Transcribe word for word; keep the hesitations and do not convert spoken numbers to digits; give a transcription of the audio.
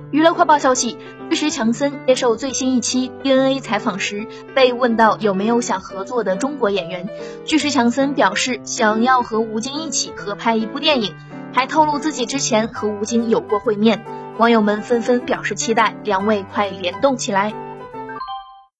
娱乐快报消息，巨石强森接受最新一期 D N A 采访时，被问到有没有想合作的中国演员，巨石强森表示想要和吴京一起合拍一部电影，还透露自己之前和吴京有过会面。网友们纷纷表示期待，两位快联动起来。